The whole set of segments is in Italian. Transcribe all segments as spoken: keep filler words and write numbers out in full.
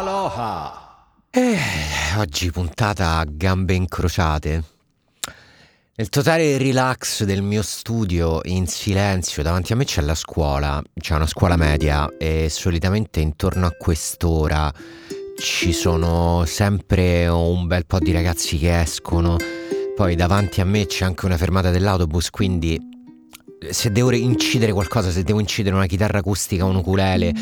Aloha! Eh, oggi puntata a gambe incrociate. Nel totale relax del mio studio, in silenzio, davanti a me c'è la scuola, c'è una scuola media e solitamente intorno a quest'ora ci sono sempre un bel po' di ragazzi che escono. Poi davanti a me c'è anche una fermata dell'autobus, quindi se devo incidere qualcosa, se devo incidere una chitarra acustica o un ukulele,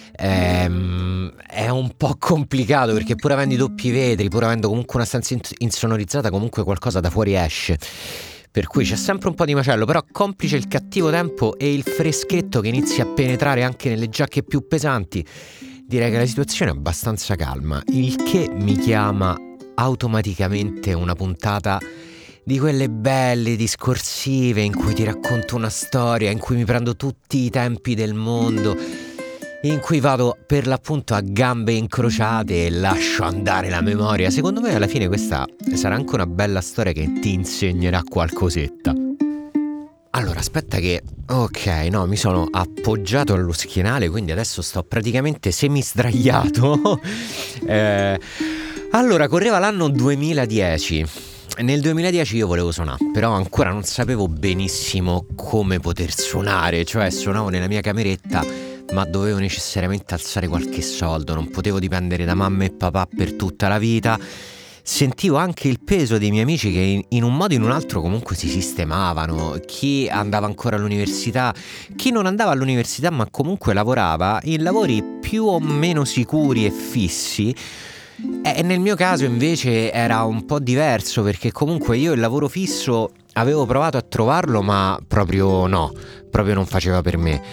ehm, è un po' complicato, perché pur avendo i doppi vetri, pur avendo comunque una stanza insonorizzata, comunque qualcosa da fuori esce. Per cui c'è sempre un po' di macello, però complice il cattivo tempo e il freschetto che inizia a penetrare anche nelle giacche più pesanti, direi che la situazione è abbastanza calma, il che mi chiama automaticamente una puntata di quelle belle discorsive in cui ti racconto una storia, in cui mi prendo tutti i tempi del mondo, in cui vado per l'appunto a gambe incrociate e lascio andare la memoria. Secondo me alla fine questa sarà anche una bella storia che ti insegnerà qualcosetta. Allora, aspetta che... Ok, no, mi sono appoggiato allo schienale, quindi adesso sto praticamente semisdraiato. eh, allora, correva l'anno duemiladieci. Nel duemiladieci io volevo suonare, però ancora non sapevo benissimo come poter suonare. Cioè, suonavo nella mia cameretta, ma dovevo necessariamente alzare qualche soldo, non potevo dipendere da mamma e papà per tutta la vita. Sentivo anche il peso dei miei amici che in, in un modo o in un altro comunque si sistemavano, chi andava ancora all'università, chi non andava all'università ma comunque lavorava in lavori più o meno sicuri e fissi. E nel mio caso invece era un po' diverso, perché comunque io il lavoro fisso avevo provato a trovarlo, ma proprio no, proprio non faceva per me.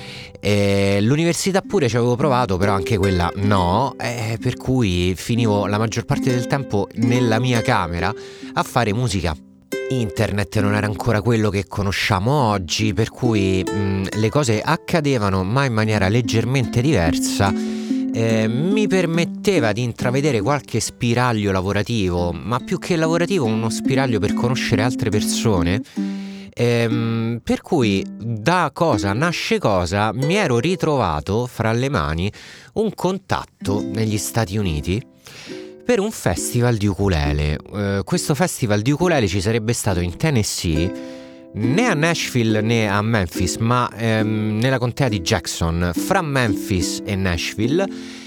E l'università pure ci avevo provato, però anche quella no, e per cui finivo la maggior parte del tempo nella mia camera a fare musica. Internet non era ancora quello che conosciamo oggi, per cui mh, le cose accadevano ma in maniera leggermente diversa. Eh, mi permetteva di intravedere qualche spiraglio lavorativo, ma più che lavorativo uno spiraglio per conoscere altre persone. Ehm, per cui da cosa nasce cosa mi ero ritrovato fra le mani un contatto negli Stati Uniti per un festival di ukulele. Eh, questo festival di ukulele ci sarebbe stato in Tennessee, né a Nashville né a Memphis, ma ehm, nella contea di Jackson, fra Memphis e Nashville.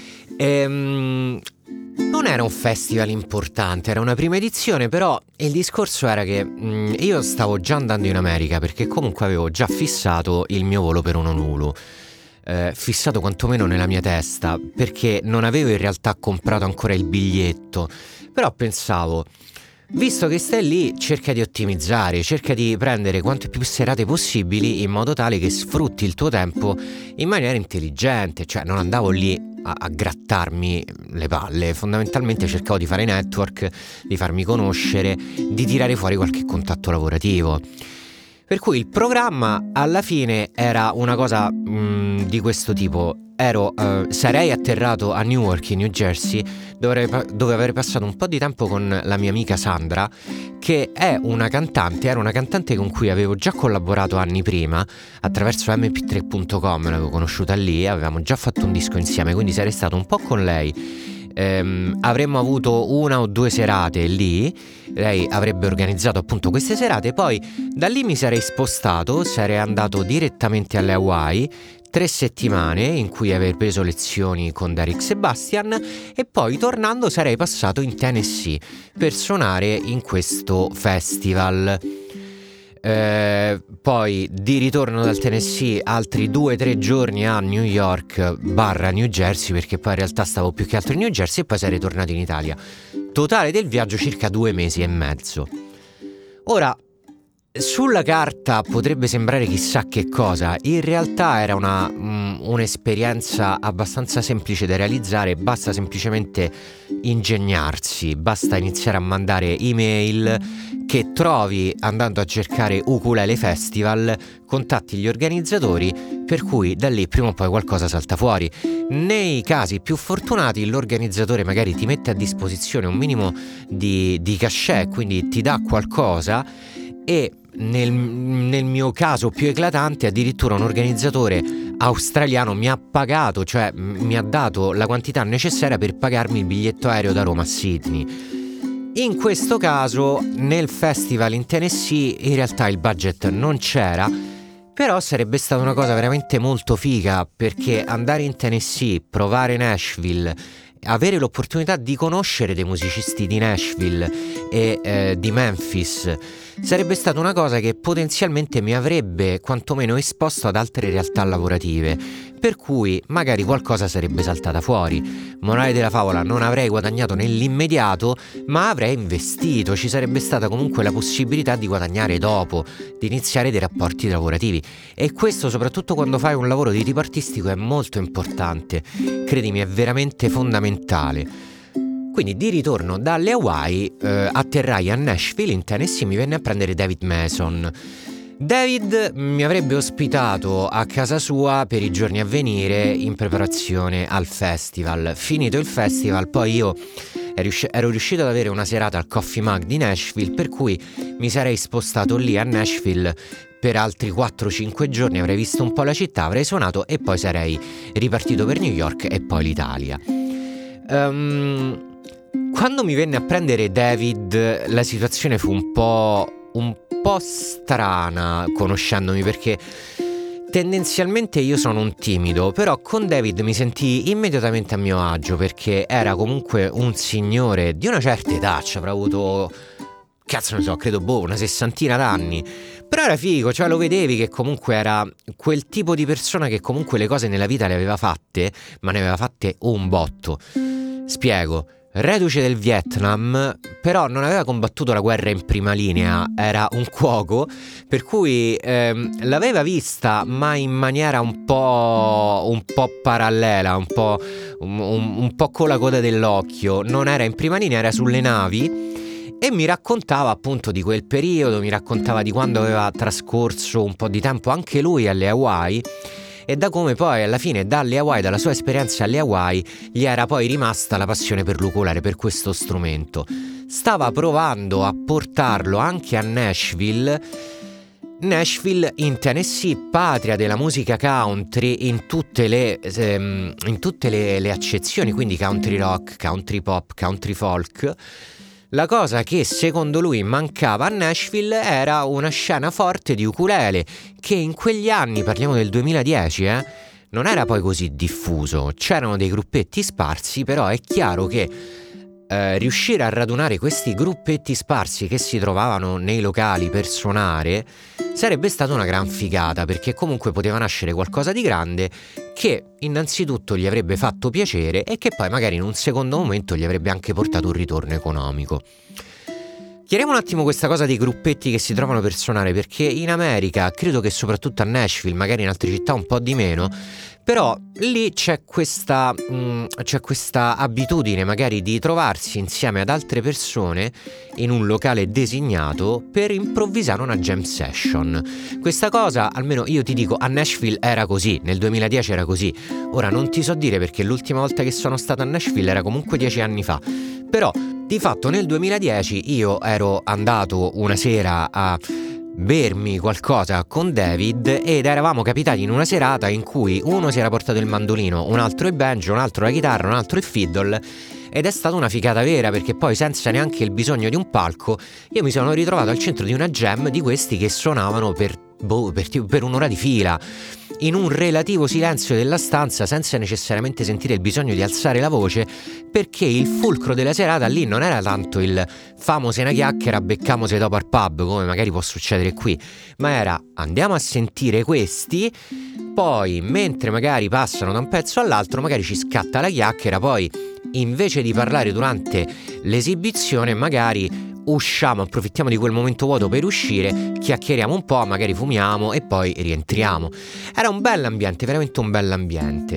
Ehm, non era un festival importante, era una prima edizione, però il discorso era che mh, io stavo già andando in America, perché comunque avevo già fissato il mio volo per Honolulu. Eh, fissato quantomeno nella mia testa, perché non avevo in realtà comprato ancora il biglietto, però pensavo, visto che stai lì, cerca di ottimizzare, cerca di prendere quante più serate possibili in modo tale che sfrutti il tuo tempo in maniera intelligente. Cioè non andavo lì a, a grattarmi le palle, fondamentalmente cercavo di fare network, di farmi conoscere, di tirare fuori qualche contatto lavorativo. Per cui il programma alla fine era una cosa mh, di questo tipo. Ero, uh, sarei atterrato a Newark, in New Jersey, dove, dove avrei passato un po' di tempo con la mia amica Sandra, che è una cantante, era una cantante con cui avevo già collaborato anni prima, attraverso emme pi tre punto com, l'avevo conosciuta lì, avevamo già fatto un disco insieme, quindi sarei stato un po' con lei. Ehm, avremmo avuto una o due serate lì, lei avrebbe organizzato appunto queste serate, poi da lì mi sarei spostato, sarei andato direttamente alle Hawaii, tre settimane in cui aver preso lezioni con Derek Sebastian, e poi tornando sarei passato in Tennessee per suonare in questo festival. Eh, poi di ritorno dal Tennessee altri due o tre giorni a New York barra New Jersey, perché poi in realtà stavo più che altro in New Jersey, e poi sarei tornato in Italia. Totale del viaggio circa due mesi e mezzo. Ora, sulla carta potrebbe sembrare chissà che cosa, in realtà era una, um, un'esperienza abbastanza semplice da realizzare, basta semplicemente ingegnarsi, basta iniziare a mandare email che trovi andando a cercare Ukulele Festival, contatti gli organizzatori, per cui da lì prima o poi qualcosa salta fuori. Nei casi più fortunati l'organizzatore magari ti mette a disposizione un minimo di, di cachet, quindi ti dà qualcosa, e nel, nel mio caso più eclatante, addirittura un organizzatore australiano mi ha pagato, cioè mi ha dato la quantità necessaria per pagarmi il biglietto aereo da Roma a Sydney. In questo caso, nel festival in Tennessee, in realtà il budget non c'era, però sarebbe stata una cosa veramente molto figa, perché andare in Tennessee, provare Nashville, avere l'opportunità di conoscere dei musicisti di Nashville e eh, di Memphis, sarebbe stata una cosa che potenzialmente mi avrebbe quantomeno esposto ad altre realtà lavorative, per cui magari qualcosa sarebbe saltata fuori. Morale della favola, non avrei guadagnato nell'immediato, ma avrei investito, ci sarebbe stata comunque la possibilità di guadagnare dopo, di iniziare dei rapporti lavorativi, e questo soprattutto quando fai un lavoro di tipo artistico è molto importante, credimi, è veramente fondamentale. Quindi di ritorno dalle Hawaii eh, atterrai a Nashville in Tennessee, mi venne a prendere David Mason. David mi avrebbe ospitato a casa sua per i giorni a venire in preparazione al festival. Finito il festival, poi io ero riuscito ad avere una serata al Coffee Mug di Nashville, per cui mi sarei spostato lì a Nashville per altri quattro cinque giorni, avrei visto un po' la città, avrei suonato e poi sarei ripartito per New York e poi l'Italia. Um, quando mi venne a prendere David, la situazione fu un po', un po' strana, conoscendomi, perché tendenzialmente io sono un timido, però con David mi sentii immediatamente a mio agio, perché era comunque un signore di una certa età, ci avrà avuto, cazzo ne so, credo boh, una sessantina d'anni, però era figo, cioè lo vedevi che comunque era quel tipo di persona che comunque le cose nella vita le aveva fatte, ma ne aveva fatte un botto. Spiego. Reduce del Vietnam, però non aveva combattuto la guerra in prima linea, era un cuoco, per cui ehm, l'aveva vista ma in maniera un po', un po' parallela, un po', un, un, un po' con la coda dell'occhio. Non era in prima linea, era sulle navi e mi raccontava appunto di quel periodo, mi raccontava di quando aveva trascorso un po' di tempo anche lui alle Hawaii, e da come poi alla fine dalle Hawaii, dalla sua esperienza alle Hawaii, gli era poi rimasta la passione per l'ukulele, per questo strumento. Stava provando a portarlo anche a Nashville, Nashville in Tennessee, patria della musica country in tutte le, ehm, in tutte le, le accezioni, quindi country rock, country pop, country folk. La cosa che secondo lui mancava a Nashville era una scena forte di ukulele, che in quegli anni, parliamo del duemiladieci, eh, non era poi così diffuso. C'erano dei gruppetti sparsi, però è chiaro che eh, riuscire a radunare questi gruppetti sparsi che si trovavano nei locali per suonare sarebbe stata una gran figata, perché comunque poteva nascere qualcosa di grande che innanzitutto gli avrebbe fatto piacere e che poi magari in un secondo momento gli avrebbe anche portato un ritorno economico. Chiariamo un attimo questa cosa dei gruppetti che si trovano per suonare, perché in America, credo che soprattutto a Nashville, magari in altre città un po' di meno, però lì c'è questa, mh, c'è questa abitudine magari di trovarsi insieme ad altre persone in un locale designato per improvvisare una jam session. Questa cosa, almeno io ti dico, a Nashville era così, nel duemiladieci era così. Ora non ti so dire, perché l'ultima volta che sono stato a Nashville era comunque dieci anni fa, però di fatto nel duemiladieci io ero andato una sera a bermi qualcosa con David ed eravamo capitati in una serata in cui uno si era portato il mandolino, un altro il banjo, un altro la chitarra, un altro il fiddle, ed è stata una figata vera, perché poi senza neanche il bisogno di un palco io mi sono ritrovato al centro di una jam di questi che suonavano per, boh, per, per un'ora di fila, in un relativo silenzio della stanza, senza necessariamente sentire il bisogno di alzare la voce, perché il fulcro della serata lì non era tanto il famose una chiacchiera, beccamose dopo al pub, come magari può succedere qui, ma era andiamo a sentire questi, poi mentre magari passano da un pezzo all'altro magari ci scatta la chiacchiera, poi invece di parlare durante l'esibizione magari usciamo, approfittiamo di quel momento vuoto per uscire, chiacchieriamo un po', magari fumiamo e poi rientriamo. Era un bell'ambiente, veramente un bell'ambiente.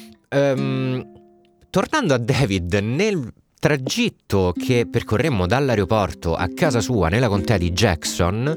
Um, tornando a David, nel tragitto che percorremmo dall'aeroporto a casa sua nella contea di Jackson,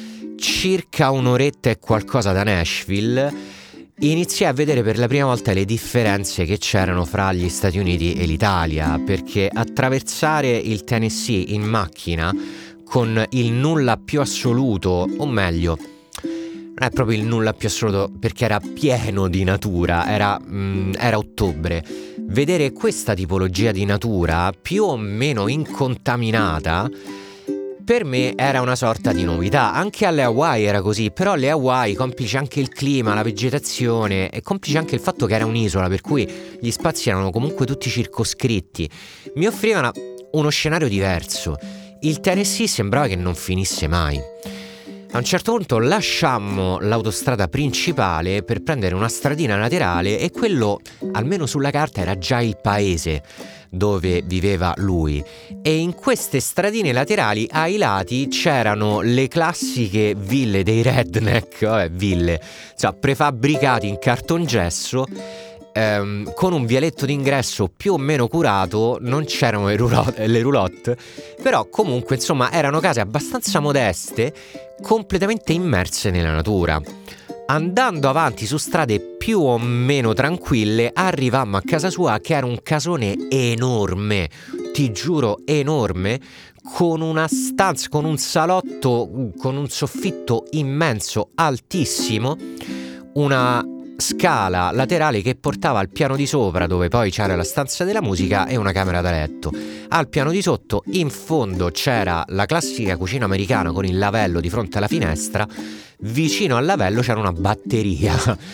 circa un'oretta e qualcosa da Nashville, iniziai a vedere per la prima volta le differenze che c'erano fra gli Stati Uniti e l'Italia, perché attraversare il Tennessee in macchina con il nulla più assoluto, o meglio, non è proprio il nulla più assoluto perché era pieno di natura, era, mm, era ottobre. Vedere questa tipologia di natura più o meno incontaminata per me era una sorta di novità. Anche alle Hawaii era così, però alle Hawaii, complice anche il clima, la vegetazione e complice anche il fatto che era un'isola, per cui gli spazi erano comunque tutti circoscritti, mi offrivano uno scenario diverso. Il Tennessee sembrava che non finisse mai. A un certo punto lasciammo l'autostrada principale per prendere una stradina laterale e quello, almeno sulla carta, era già il paese dove viveva lui. E in queste stradine laterali ai lati c'erano le classiche ville dei redneck, vabbè, ville, insomma, prefabbricati in cartongesso, ehm, con un vialetto d'ingresso più o meno curato. Non c'erano le roulotte, le roulotte, però comunque insomma erano case abbastanza modeste, completamente immerse nella natura. Andando avanti su strade più o meno tranquille, arrivammo a casa sua, che era un casone enorme, ti giuro enorme, con una stanza, con un salotto, con un soffitto immenso, altissimo, una scala laterale che portava al piano di sopra, dove poi c'era la stanza della musica e una camera da letto. Al piano di sotto, in fondo, c'era la classica cucina americana con il lavello di fronte alla finestra. Vicino al lavello c'era una batteria,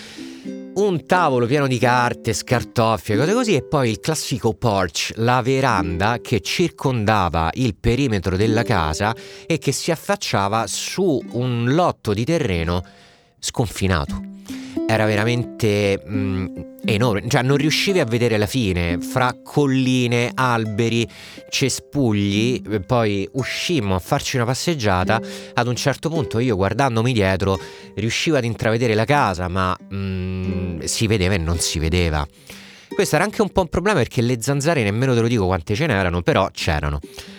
un tavolo pieno di carte, scartoffie, cose così, e poi il classico porch, la veranda che circondava il perimetro della casa e che si affacciava su un lotto di terreno sconfinato. Era veramente mm, enorme, cioè non riuscivi a vedere la fine, fra colline, alberi, cespugli. Poi uscimmo a farci una passeggiata. Ad un certo punto io, guardandomi dietro, riuscivo ad intravedere la casa, ma mm, si vedeva e non si vedeva. Questo era anche un po' un problema, perché le zanzare nemmeno te lo dico quante ce n'erano, però c'erano.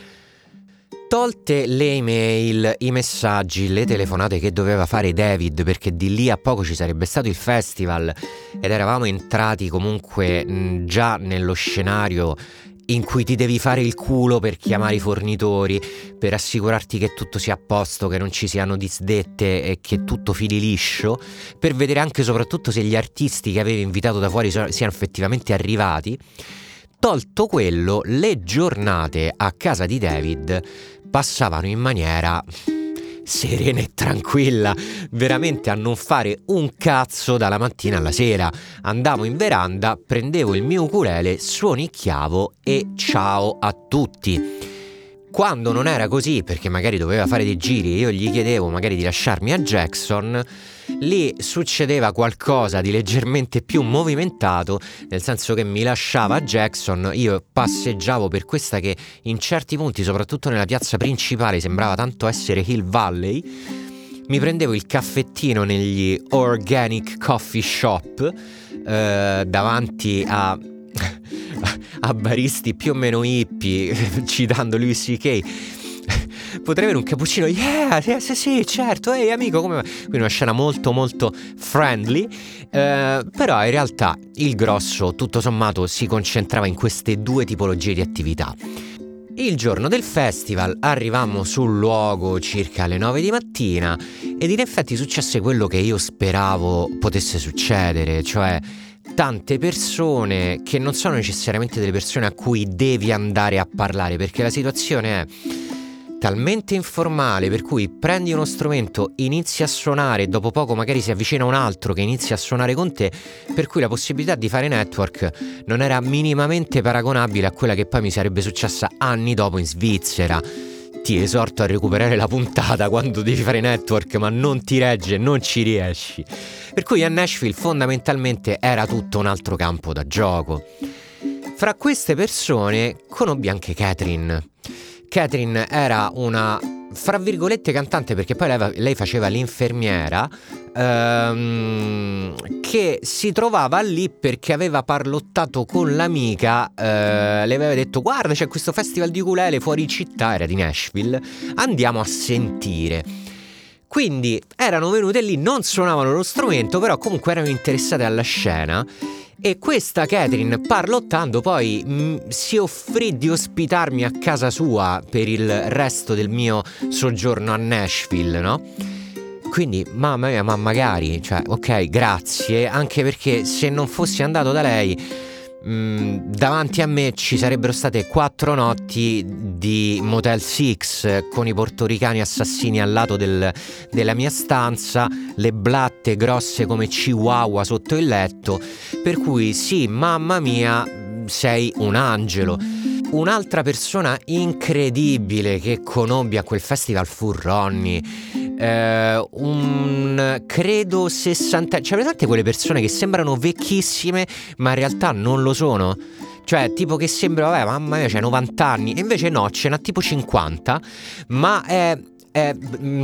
Tolte le email, i messaggi, le telefonate che doveva fare David, perché di lì a poco ci sarebbe stato il festival ed eravamo entrati comunque mh, già nello scenario in cui ti devi fare il culo per chiamare i fornitori, per assicurarti che tutto sia a posto, che non ci siano disdette e che tutto fili liscio, per vedere anche e soprattutto se gli artisti che avevi invitato da fuori siano effettivamente arrivati. Tolto quello, le giornate a casa di David passavano in maniera serena e tranquilla, veramente a non fare un cazzo dalla mattina alla sera. Andavo in veranda, prendevo il mio ukulele, suonicchiavo e ciao a tutti. Quando non era così, perché magari doveva fare dei giri e io gli chiedevo magari di lasciarmi a Jackson, lì succedeva qualcosa di leggermente più movimentato, nel senso che mi lasciava a Jackson, io passeggiavo per questa che in certi punti, soprattutto nella piazza principale, sembrava tanto essere Hill Valley. Mi prendevo il caffettino negli Organic Coffee Shop eh, davanti a a baristi più o meno hippie, citando Louis C K. Potrei avere un cappuccino? Yeah, sì, sì, sì, certo, ehi amico, come va? Quindi una scena molto molto friendly, eh, però in realtà il grosso, tutto sommato, si concentrava in queste due tipologie di attività. Il giorno del festival arrivammo sul luogo circa alle nove di mattina ed in effetti successe quello che io speravo potesse succedere, cioè tante persone che non sono necessariamente delle persone a cui devi andare a parlare, perché la situazione è talmente informale per cui prendi uno strumento, inizi a suonare e dopo poco magari si avvicina un altro che inizia a suonare con te, per cui la possibilità di fare network non era minimamente paragonabile a quella che poi mi sarebbe successa anni dopo in Svizzera. Ti esorto a recuperare la puntata quando devi fare network, ma non ti regge, non ci riesci. Per cui a Nashville fondamentalmente era tutto un altro campo da gioco. Fra queste persone conobbi anche Catherine. Catherine era una, fra virgolette, cantante, perché poi lei, lei faceva l'infermiera, ehm, che si trovava lì perché aveva parlottato con l'amica, eh, le aveva detto: guarda, c'è questo festival di ukulele fuori città, era di Nashville, andiamo a sentire. Quindi erano venute lì, non suonavano lo strumento, però comunque erano interessate alla scena E questa Catherine, parlottando, poi mh, si offrì di ospitarmi a casa sua per il resto del mio soggiorno a Nashville, no? Quindi, mamma mia, ma magari, cioè, ok, grazie, anche perché se non fossi andato da lei, mh, davanti a me ci sarebbero state quattro notti di Motel sei con i portoricani assassini al lato del, della mia stanza, le blatte grosse come chihuahua sotto il letto, per cui sì, mamma mia, sei un angelo. Un'altra persona incredibile che conobbi a quel festival fu Ronnie. Eh, un credo sessanta, cioè presente quelle persone che sembrano vecchissime ma in realtà non lo sono, cioè tipo che sembra, vabbè, mamma mia, c'è novanta anni, e invece no, ce n'ha tipo cinquanta, ma è è,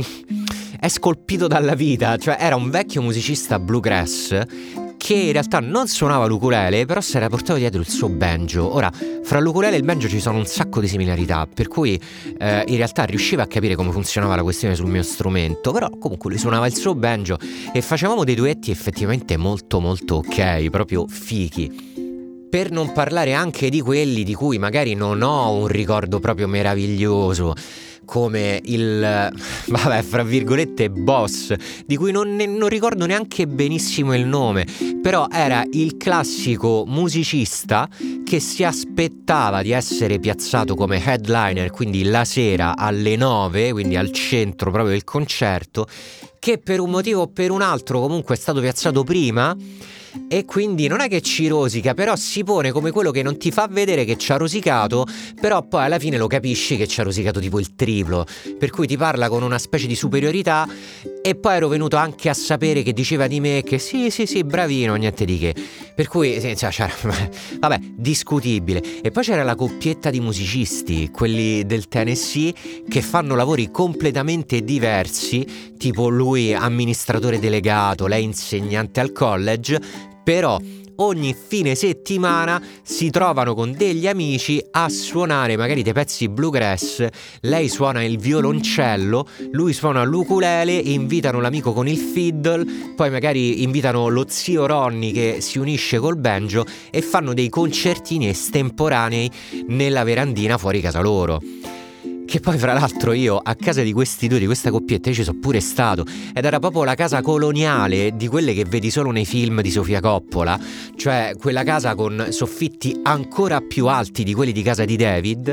è scolpito dalla vita. Cioè era un vecchio musicista bluegrass che in realtà non suonava l'ukulele, però si era portato dietro il suo banjo. Ora, fra l'ukulele e il banjo ci sono un sacco di similarità, per cui eh, in realtà riusciva a capire come funzionava la questione sul mio strumento, però comunque lui suonava il suo banjo e facevamo dei duetti effettivamente molto molto ok, proprio fichi. Per non parlare anche di quelli di cui magari non ho un ricordo proprio meraviglioso, come il, vabbè, fra virgolette, boss, di cui non, ne, non ricordo neanche benissimo il nome, però era il classico musicista che si aspettava di essere piazzato come headliner, quindi la sera alle nove, quindi al centro proprio del concerto, che per un motivo o per un altro comunque è stato piazzato prima. E quindi non è che ci rosica, però si pone come quello che non ti fa vedere che ci ha rosicato, però poi alla fine lo capisci che ci ha rosicato tipo il triplo, per cui ti parla con una specie di superiorità. E poi ero venuto anche a sapere che diceva di me che sì sì sì bravino, niente di che, per cui cioè, cioè, vabbè, discutibile. E poi c'era la coppietta di musicisti, quelli del Tennessee, che fanno lavori completamente diversi, tipo lui amministratore delegato, lei insegnante al college, però ogni fine settimana si trovano con degli amici a suonare magari dei pezzi bluegrass. Lei suona il violoncello, lui suona l'ukulele, invitano l'amico con il fiddle, poi magari invitano lo zio Ronnie che si unisce col banjo e fanno dei concertini estemporanei nella verandina fuori casa loro. Che poi fra l'altro io a casa di questi due, di questa coppietta, io ci sono pure stato, ed era proprio la casa coloniale di quelle che vedi solo nei film di Sofia Coppola, cioè quella casa con soffitti ancora più alti di quelli di casa di David,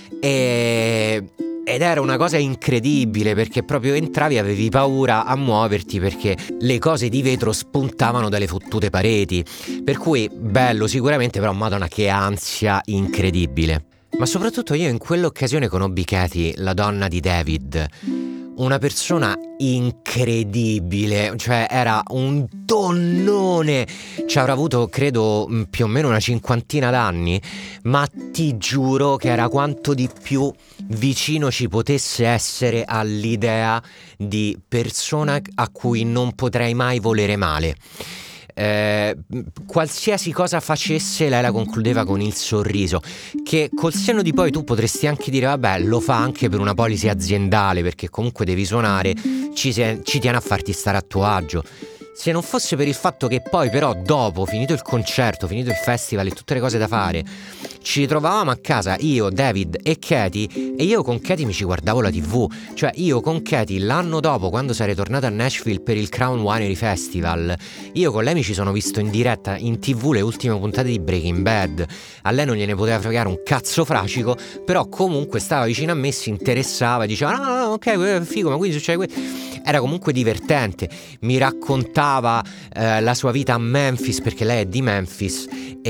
e... ed era una cosa incredibile perché proprio entravi e avevi paura a muoverti perché le cose di vetro spuntavano dalle fottute pareti, per cui bello sicuramente, però madonna che ansia incredibile. Ma soprattutto io in quell'occasione conobbi Katie, la donna di David, una persona incredibile, cioè era un donnone, ci avrà avuto credo più o meno una cinquantina d'anni, ma ti giuro che era quanto di più vicino ci potesse essere all'idea di persona a cui non potrei mai volere male. Eh, qualsiasi cosa facesse lei la concludeva con il sorriso, che col senno di poi tu potresti anche dire vabbè, lo fa anche per una policy aziendale perché comunque devi suonare, ci, se, ci tiene a farti stare a tuo agio. Se non fosse per il fatto che poi però dopo, finito il concerto, finito il festival e tutte le cose da fare, ci ritrovavamo a casa io, David e Katie, e io con Katie mi ci guardavo la tivù. Cioè io con Katie l'anno dopo, quando sarei tornato a Nashville per il Crown Winery Festival, io con lei mi ci sono visto in diretta in tv le ultime puntate di Breaking Bad. A lei non gliene poteva fregare un cazzo fracico, però comunque stava vicino a me, si interessava, diceva no no no ok figo, ma quindi succede questo. Era comunque divertente, mi raccontava eh, la sua vita a Memphis perché lei è di Memphis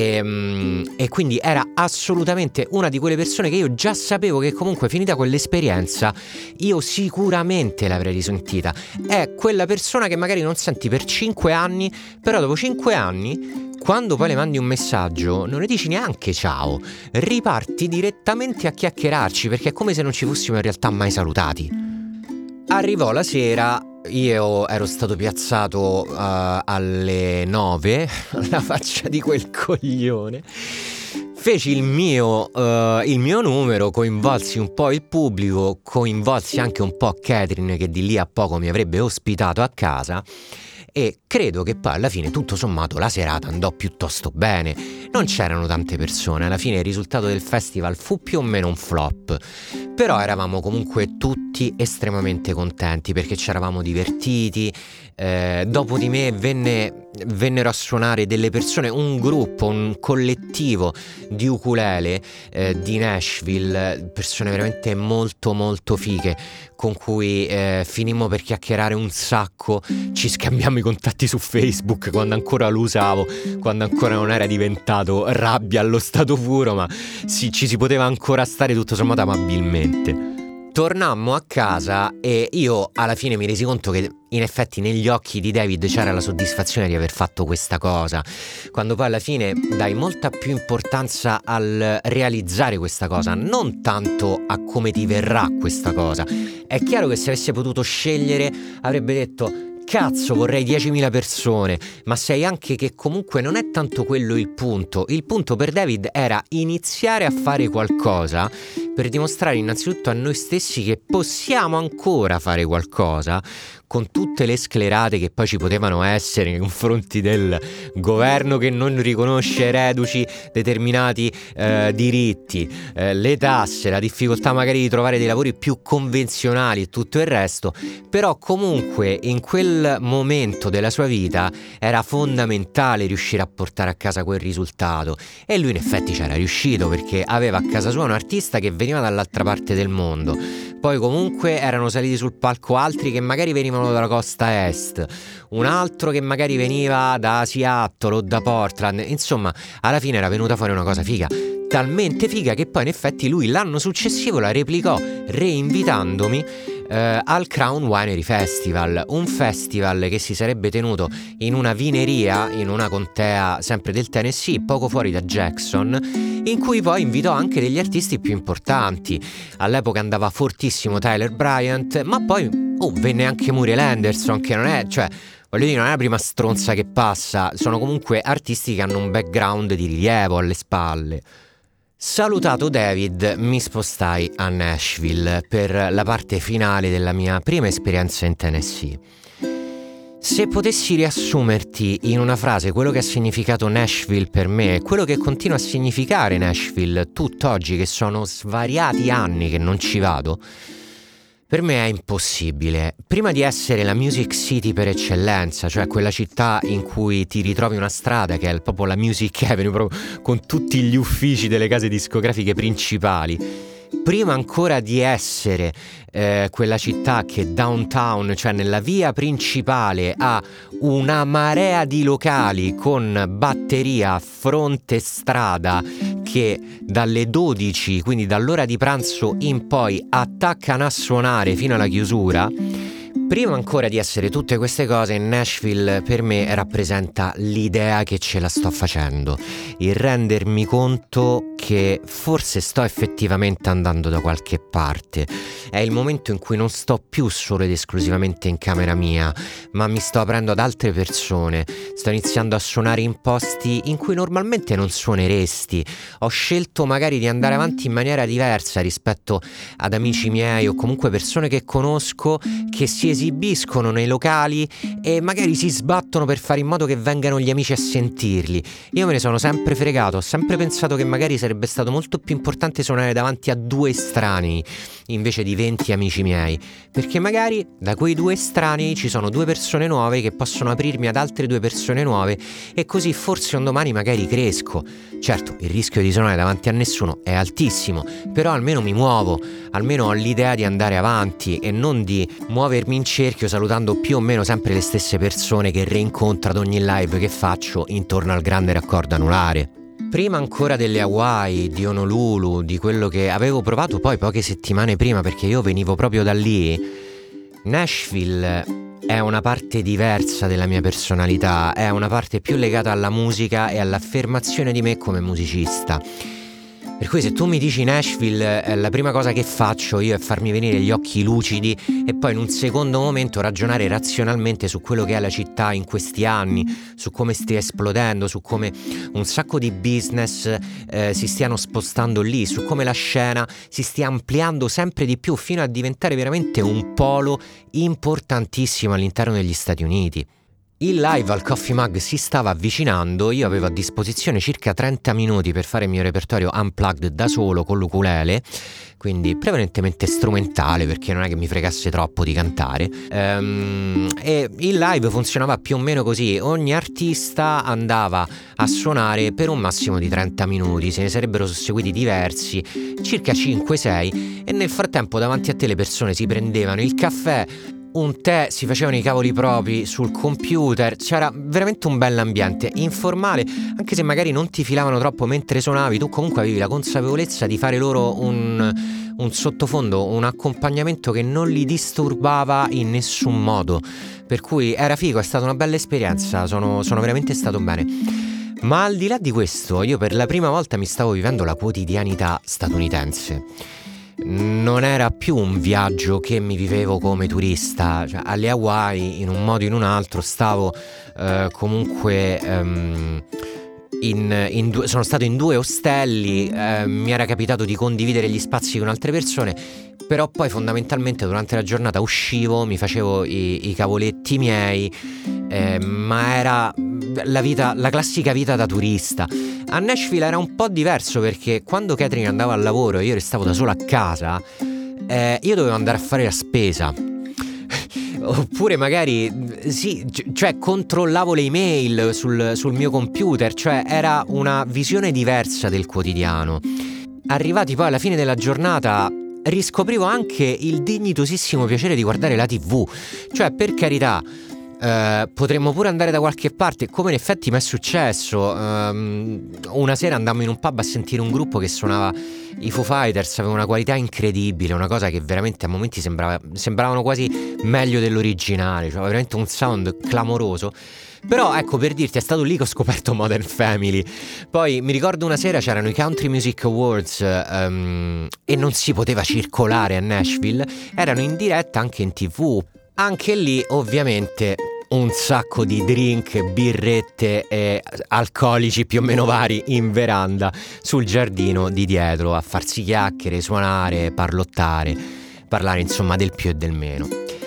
e, e quindi era assolutamente una di quelle persone che io già sapevo che comunque finita quell'esperienza io sicuramente l'avrei risentita. È quella persona che magari non senti per cinque anni, però dopo cinque anni quando poi le mandi un messaggio non le dici neanche ciao, riparti direttamente a chiacchierarci perché è come se non ci fossimo in realtà mai salutati. Arrivò la sera, io ero stato piazzato uh, alle nove, alla faccia di quel coglione. Feci il mio, uh, il mio numero, coinvolsi un po' il pubblico, coinvolsi anche un po' Catherine che di lì a poco mi avrebbe ospitato a casa. e credo che poi alla fine tutto sommato la serata andò piuttosto bene. Non c'erano tante persone, alla fine il risultato del festival fu più o meno un flop, però eravamo comunque tutti estremamente contenti perché ci eravamo divertiti. Eh, dopo di me venne, vennero a suonare delle persone, un gruppo, un collettivo di ukulele eh, di Nashville, persone veramente molto molto fighe, con cui eh, finimmo per chiacchierare un sacco. Ci scambiammo i contatti su Facebook quando ancora lo usavo, quando ancora non era diventato rabbia allo stato puro, ma sì, ci si poteva ancora stare tutto sommato amabilmente. Tornammo a casa e io alla fine mi resi conto che in effetti negli occhi di David c'era la soddisfazione di aver fatto questa cosa, quando poi alla fine dai molta più importanza al realizzare questa cosa, non tanto a come ti verrà questa cosa. È chiaro che se avesse potuto scegliere avrebbe detto: cazzo, vorrei diecimila persone, ma sai anche che comunque non è tanto quello il punto. Il punto per David era iniziare a fare qualcosa per dimostrare innanzitutto a noi stessi che possiamo ancora fare qualcosa, con tutte le sclerate che poi ci potevano essere nei confronti del governo che non riconosce ai reduci determinati eh, diritti, eh, le tasse, la difficoltà magari di trovare dei lavori più convenzionali e tutto il resto. Però comunque in quel momento della sua vita era fondamentale riuscire a portare a casa quel risultato, e lui in effetti c'era riuscito perché aveva a casa sua un artista che veniva dall'altra parte del mondo. Poi comunque erano saliti sul palco altri che magari venivano dalla costa est, un altro che magari veniva da Seattle o da Portland. Insomma, alla fine era venuta fuori una cosa figa, talmente figa che poi in effetti lui l'anno successivo la replicò reinvitandomi eh, al Crown Winery Festival, un festival che si sarebbe tenuto in una vineria in una contea sempre del Tennessee, poco fuori da Jackson, in cui poi invitò anche degli artisti più importanti. All'epoca andava fortissimo Tyler Bryant, ma poi oh, venne anche Muriel Anderson, che non è, cioè, voglio dire, non è la prima stronza che passa, sono comunque artisti che hanno un background di rilievo alle spalle. Salutato David, mi spostai a Nashville per la parte finale della mia prima esperienza in Tennessee. Se potessi riassumerti in una frase quello che ha significato Nashville per me e quello che continua a significare Nashville tutt'oggi, che sono svariati anni che non ci vado, per me è impossibile. Prima di essere la Music City per eccellenza, cioè quella città in cui ti ritrovi una strada che è proprio la Music Avenue, proprio con tutti gli uffici delle case discografiche principali, prima ancora di essere eh, quella città che downtown, cioè nella via principale, ha una marea di locali con batteria fronte strada che dalle dodici, quindi dall'ora di pranzo in poi, attaccano a suonare fino alla chiusura. Prima ancora di essere tutte queste cose, Nashville per me rappresenta l'idea che ce la sto facendo, il rendermi conto che forse sto effettivamente andando da qualche parte. È il momento in cui non sto più solo ed esclusivamente in camera mia, ma mi sto aprendo ad altre persone, sto iniziando a suonare in posti in cui normalmente non suoneresti. Ho scelto magari di andare avanti in maniera diversa rispetto ad amici miei o comunque persone che conosco che si esibiscono nei locali e magari si sbattono per fare in modo che vengano gli amici a sentirli. Io me ne sono sempre fregato, ho sempre pensato che magari sarebbe stato molto più importante suonare davanti a due estranei invece di venti amici miei, perché magari da quei due estranei ci sono due persone nuove che possono aprirmi ad altre due persone nuove, e così forse un domani magari cresco. Certo, il rischio di suonare davanti a nessuno è altissimo, però almeno mi muovo, almeno ho l'idea di andare avanti e non di muovermi in cerchio salutando più o meno sempre le stesse persone che reincontro ad ogni live che faccio intorno al grande raccordo anulare. Prima ancora delle Hawaii, di Honolulu, di quello che avevo provato poi poche settimane prima, perché io venivo proprio da lì, Nashville è una parte diversa della mia personalità, è una parte più legata alla musica e all'affermazione di me come musicista. Per cui se tu mi dici Nashville, eh, la prima cosa che faccio io è farmi venire gli occhi lucidi e poi in un secondo momento ragionare razionalmente su quello che è la città in questi anni, su come stia esplodendo, su come un sacco di business eh, si stiano spostando lì, su come la scena si stia ampliando sempre di più fino a diventare veramente un polo importantissimo all'interno degli Stati Uniti. Il live al Coffee Mug si stava avvicinando, io avevo a disposizione circa trenta minuti per fare il mio repertorio unplugged da solo con l'ukulele, quindi prevalentemente strumentale perché non è che mi fregasse troppo di cantare, ehm, e il live funzionava più o meno così: ogni artista andava a suonare per un massimo di trenta minuti, se ne sarebbero susseguiti diversi, circa cinque sei, e nel frattempo davanti a te le persone si prendevano il caffè, un tè, si facevano i cavoli propri sul computer, c'era veramente un bell'ambiente informale, anche se magari non ti filavano troppo mentre suonavi, tu comunque avevi la consapevolezza di fare loro un, un sottofondo, un accompagnamento che non li disturbava in nessun modo, per cui era figo, è stata una bella esperienza, sono, sono veramente stato bene. Ma al di là di questo, io per la prima volta mi stavo vivendo la quotidianità statunitense. Non era più un viaggio che mi vivevo come turista, cioè, alle Hawaii in un modo o in un altro stavo eh, comunque um, in, in due, sono stato in due ostelli, eh, mi era capitato di condividere gli spazi con altre persone, però poi fondamentalmente durante la giornata uscivo, mi facevo i, i cavoletti miei, eh, ma era la vita, la classica vita da turista. A Nashville era un po' diverso perché quando Catherine andava al lavoro e io restavo da solo a casa, eh, io dovevo andare a fare la spesa. Oppure magari, sì, cioè controllavo le email sul, sul mio computer, cioè era una visione diversa del quotidiano. Arrivati poi alla fine della giornata riscoprivo anche il dignitosissimo piacere di guardare la tivù, cioè per carità. Uh, potremmo pure andare da qualche parte, come in effetti mi è successo. Um, una sera andammo in un pub a sentire un gruppo che suonava i Foo Fighters, aveva una qualità incredibile, una cosa che veramente a momenti sembrava, sembravano quasi meglio dell'originale, cioè veramente un sound clamoroso. Però ecco, per dirti, è stato lì che ho scoperto Modern Family. Poi mi ricordo una sera c'erano i Country Music Awards um, e non si poteva circolare a Nashville, erano in diretta anche in tivù. Anche lì ovviamente un sacco di drink, birrette e alcolici più o meno vari in veranda sul giardino di dietro a farsi chiacchiere, suonare, parlottare, parlare insomma del più e del meno.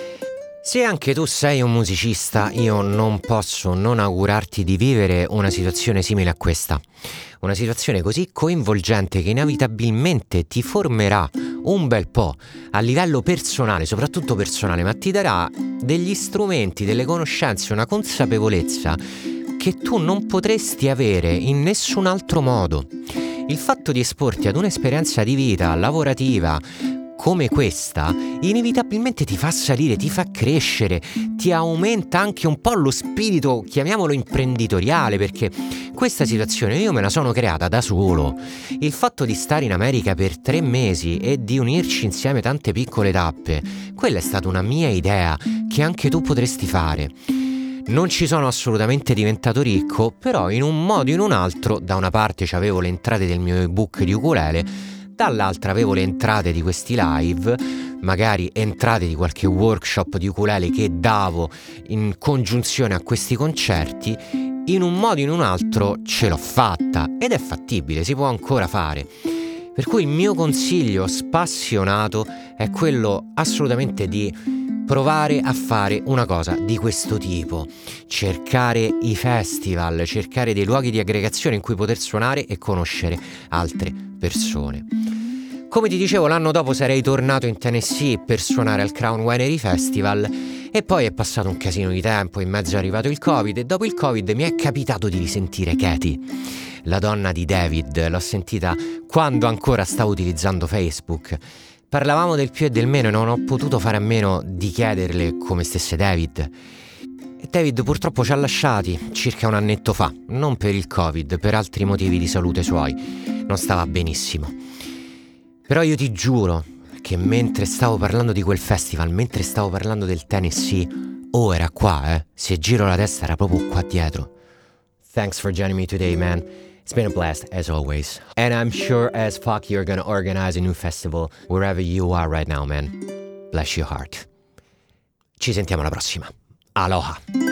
Se anche tu sei un musicista, io non posso non augurarti di vivere una situazione simile a questa. Una situazione così coinvolgente che inevitabilmente ti formerà un bel po' a livello personale, soprattutto personale, ma ti darà degli strumenti, delle conoscenze, una consapevolezza che tu non potresti avere in nessun altro modo. Il fatto di esporti ad un'esperienza di vita lavorativa come questa inevitabilmente ti fa salire, ti fa crescere, ti aumenta anche un po' lo spirito, chiamiamolo imprenditoriale, perché questa situazione io me la sono creata da solo. Il fatto di stare in America per tre mesi e di unirci insieme tante piccole tappe, quella è stata una mia idea che anche tu potresti fare. Non ci sono assolutamente diventato ricco, però in un modo o in un altro, da una parte c'avevo le entrate del mio ebook di ukulele, dall'altra avevo le entrate di questi live, magari entrate di qualche workshop di ukulele che davo in congiunzione a questi concerti. In un modo o in un altro ce l'ho fatta ed è fattibile, si può ancora fare. Per cui il mio consiglio spassionato è quello assolutamente di provare a fare una cosa di questo tipo, cercare i festival, cercare dei luoghi di aggregazione in cui poter suonare e conoscere altre persone. Come ti dicevo, l'anno dopo sarei tornato in Tennessee per suonare al Crown Winery Festival e poi è passato un casino di tempo, in mezzo è arrivato il Covid e dopo il Covid mi è capitato di risentire Katie, la donna di David. L'ho sentita quando ancora stavo utilizzando Facebook. Parlavamo del più e del meno e non ho potuto fare a meno di chiederle come stesse David. E David purtroppo ci ha lasciati circa un annetto fa, non per il Covid, per altri motivi di salute suoi. Non stava benissimo. Però io ti giuro che mentre stavo parlando di quel festival, mentre stavo parlando del Tennessee, oh, era qua, eh. Se giro la testa era proprio qua dietro. Thanks for joining me today, man. It's been a blast, as always. And I'm sure as fuck you're gonna organize a new festival wherever you are right now, man. Bless your heart. Ci sentiamo alla prossima. Aloha.